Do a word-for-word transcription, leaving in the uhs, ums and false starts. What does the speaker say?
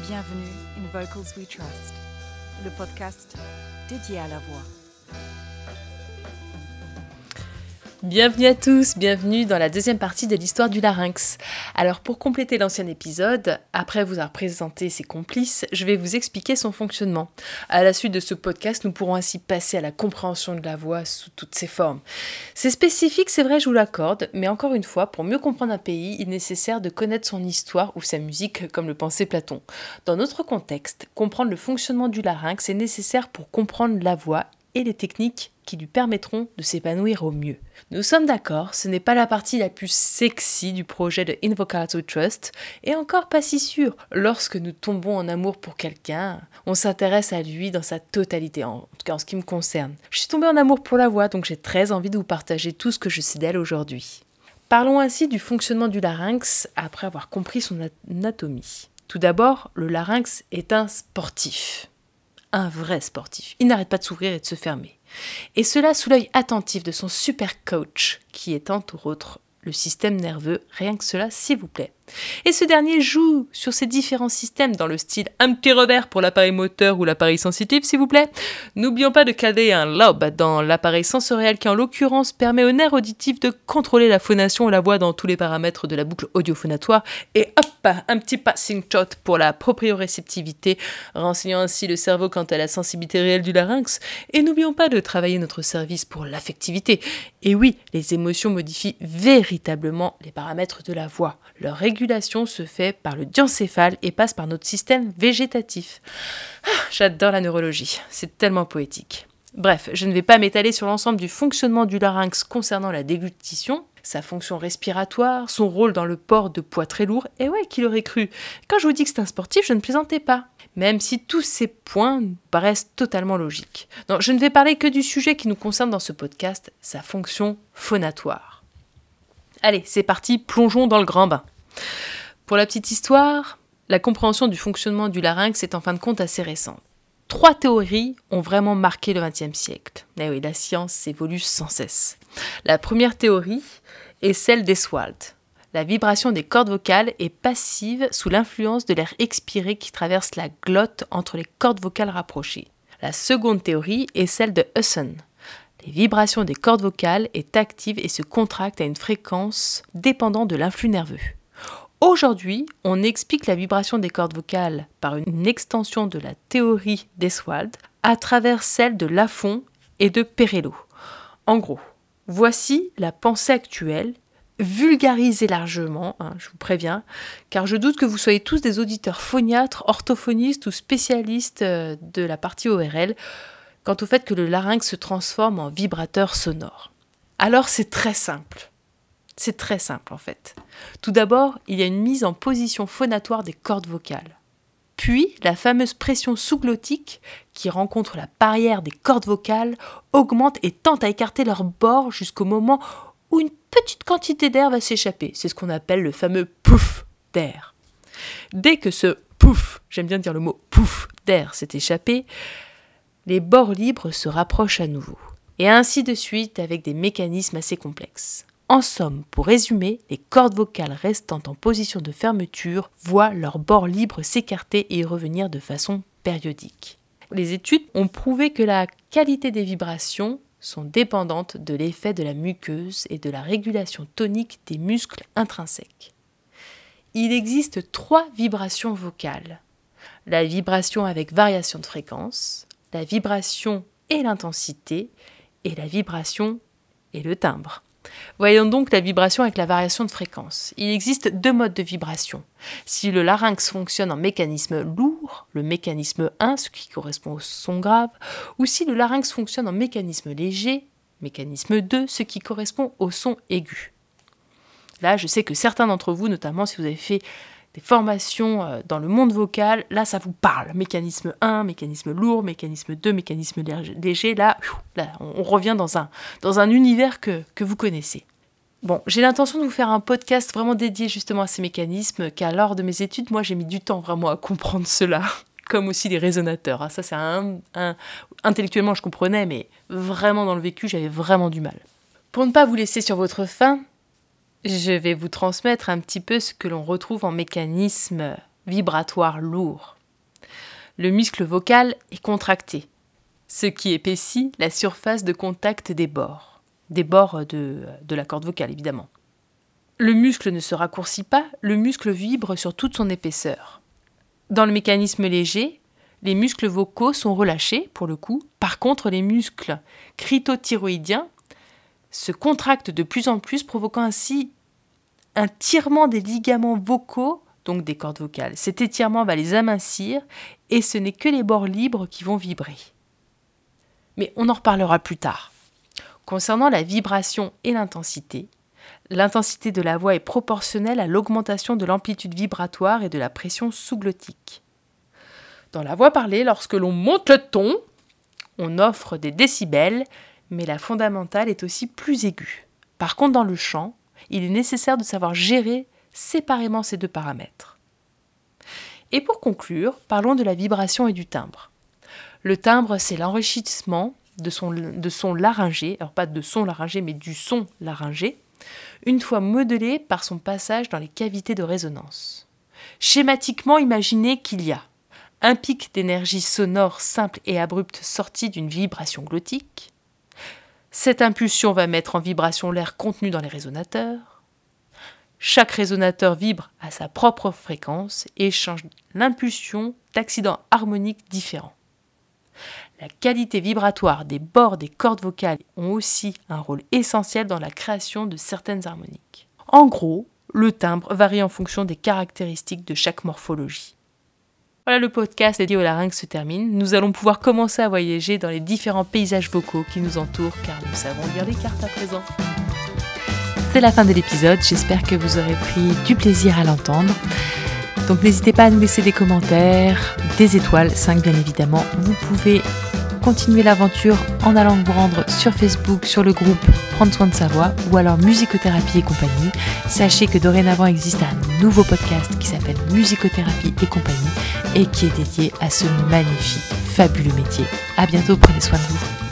Bienvenue in Vocals We Trust, le podcast dédié à la voix. Bienvenue à tous, bienvenue dans la deuxième partie de l'histoire du larynx. Alors pour compléter l'ancien épisode, après vous avoir présenté ses complices, je vais vous expliquer son fonctionnement. À la suite de ce podcast, nous pourrons ainsi passer à la compréhension de la voix sous toutes ses formes. C'est spécifique, c'est vrai, je vous l'accorde, mais encore une fois, pour mieux comprendre un pays, il est nécessaire de connaître son histoire ou sa musique, comme le pensait Platon. Dans notre contexte, comprendre le fonctionnement du larynx est nécessaire pour comprendre la voix et les techniques qui lui permettront de s'épanouir au mieux. Nous sommes d'accord, ce n'est pas la partie la plus sexy du projet de In Vocals We Trust, et encore pas si sûr. Lorsque nous tombons en amour pour quelqu'un, on s'intéresse à lui dans sa totalité, en tout cas en ce qui me concerne. Je suis tombée en amour pour la voix, donc j'ai très envie de vous partager tout ce que je sais d'elle aujourd'hui. Parlons ainsi du fonctionnement du larynx après avoir compris son anatomie. Tout d'abord, le larynx est un sportif. Un vrai sportif. Il n'arrête pas de s'ouvrir et de se fermer. Et cela sous l'œil attentif de son super coach, qui est entre autres le système nerveux, rien que cela s'il vous plaît. Et ce dernier joue sur ces différents systèmes dans le style un petit revers pour l'appareil moteur ou l'appareil sensitif s'il vous plaît. N'oublions pas de caler un lobe dans l'appareil sensoriel qui en l'occurrence permet au nerf auditif de contrôler la phonation et la voix dans tous les paramètres de la boucle audiophonatoire. Et hop, un petit passing shot pour la proprioréceptivité, renseignant ainsi le cerveau quant à la sensibilité réelle du larynx. Et n'oublions pas de travailler notre service pour l'affectivité. Et oui, les émotions modifient véritablement les paramètres de la voix. Leur régulation se fait par le diencéphale et passe par notre système végétatif. Ah, j'adore la neurologie, c'est tellement poétique. Bref, je ne vais pas m'étaler sur l'ensemble du fonctionnement du larynx concernant la déglutition, sa fonction respiratoire, son rôle dans le port de poids très lourd, et ouais, qui l'aurait cru. Quand je vous dis que c'est un sportif, je ne plaisantais pas. Même si tous ces points paraissent totalement logiques. Non, je ne vais parler que du sujet qui nous concerne dans ce podcast, sa fonction phonatoire. Allez, c'est parti, plongeons dans le grand bain. Pour la petite histoire, la compréhension du fonctionnement du larynx est en fin de compte assez récente. Trois théories ont vraiment marqué le vingtième siècle. Eh oui, la science évolue sans cesse. La première théorie est celle d'Eswald. La vibration des cordes vocales est passive sous l'influence de l'air expiré qui traverse la glotte entre les cordes vocales rapprochées. La seconde théorie est celle de Husson. Les vibrations des cordes vocales est active et se contracte à une fréquence dépendant de l'influx nerveux. Aujourd'hui, on explique la vibration des cordes vocales par une extension de la théorie d'Eswald à travers celle de Lafont et de Perello. En gros, voici la pensée actuelle, vulgarisée largement, hein, je vous préviens, car je doute que vous soyez tous des auditeurs phoniatres, orthophonistes ou spécialistes de la partie O R L, quant au fait que le larynx se transforme en vibrateur sonore. Alors c'est très simple. C'est très simple en fait. Tout d'abord, il y a une mise en position phonatoire des cordes vocales. Puis, la fameuse pression sous-glottique, qui rencontre la barrière des cordes vocales, augmente et tente à écarter leur bord jusqu'au moment où une petite quantité d'air va s'échapper. C'est ce qu'on appelle le fameux pouf d'air. Dès que ce pouf, j'aime bien dire le mot pouf d'air s'est échappé, les bords libres se rapprochent à nouveau. Et ainsi de suite avec des mécanismes assez complexes. En somme, pour résumer, les cordes vocales restant en position de fermeture voient leurs bords libres s'écarter et y revenir de façon périodique. Les études ont prouvé que la qualité des vibrations sont dépendantes de l'effet de la muqueuse et de la régulation tonique des muscles intrinsèques. Il existe trois vibrations vocales. La vibration avec variation de fréquence, la vibration et l'intensité, et la vibration et le timbre. Voyons donc la vibration avec la variation de fréquence. Il existe deux modes de vibration. Si le larynx fonctionne en mécanisme lourd, le mécanisme un, ce qui correspond au son grave, ou si le larynx fonctionne en mécanisme léger, mécanisme deux, ce qui correspond au son aigu. Là, je sais que certains d'entre vous, notamment si vous avez fait des formations dans le monde vocal, là ça vous parle. Mécanisme un, mécanisme lourd, mécanisme deux, mécanisme léger, là, là on revient dans un, dans un univers que, que vous connaissez. Bon, j'ai l'intention de vous faire un podcast vraiment dédié justement à ces mécanismes, car lors de mes études, moi j'ai mis du temps vraiment à comprendre cela, comme aussi les résonateurs. Ça c'est un, un... Intellectuellement je comprenais, mais vraiment dans le vécu, j'avais vraiment du mal. Pour ne pas vous laisser sur votre faim, je vais vous transmettre un petit peu ce que l'on retrouve en mécanisme vibratoire lourd. Le muscle vocal est contracté, ce qui épaissit la surface de contact des bords, des bords de, de la corde vocale évidemment. Le muscle ne se raccourcit pas, le muscle vibre sur toute son épaisseur. Dans le mécanisme léger, les muscles vocaux sont relâchés pour le coup. Par contre, les muscles cricothyroïdiens se contractent de plus en plus, provoquant ainsi un tirement des ligaments vocaux, donc des cordes vocales. Cet étirement va les amincir et ce n'est que les bords libres qui vont vibrer. Mais on en reparlera plus tard. Concernant la vibration et l'intensité, l'intensité de la voix est proportionnelle à l'augmentation de l'amplitude vibratoire et de la pression sous-glottique. Dans la voix parlée, lorsque l'on monte le ton, on offre des décibels, mais la fondamentale est aussi plus aiguë. Par contre, dans le chant, il est nécessaire de savoir gérer séparément ces deux paramètres. Et pour conclure, parlons de la vibration et du timbre. Le timbre, c'est l'enrichissement de son, de son laryngé, alors pas de son laryngé, mais du son laryngé, une fois modelé par son passage dans les cavités de résonance. Schématiquement, imaginez qu'il y a un pic d'énergie sonore simple et abrupte sorti d'une vibration glottique. Cette impulsion va mettre en vibration l'air contenu dans les résonateurs. Chaque résonateur vibre à sa propre fréquence et change l'impulsion d'accidents harmoniques différents. La qualité vibratoire des bords des cordes vocales ont aussi un rôle essentiel dans la création de certaines harmoniques. En gros, le timbre varie en fonction des caractéristiques de chaque morphologie. Voilà, le podcast dédié au larynx se termine. Nous allons pouvoir commencer à voyager dans les différents paysages vocaux qui nous entourent car nous savons lire les cartes à présent. C'est la fin de l'épisode, j'espère que vous aurez pris du plaisir à l'entendre. Donc n'hésitez pas à nous laisser des commentaires, des étoiles, cinq bien évidemment. Vous pouvez continuer l'aventure en allant vous rendre sur Facebook, sur le groupe Prendre soin de sa voix ou alors Musicothérapie et compagnie. Sachez que dorénavant existe un nouveau podcast qui s'appelle Musicothérapie et compagnie et qui est dédié à ce magnifique, fabuleux métier. À bientôt, prenez soin de vous.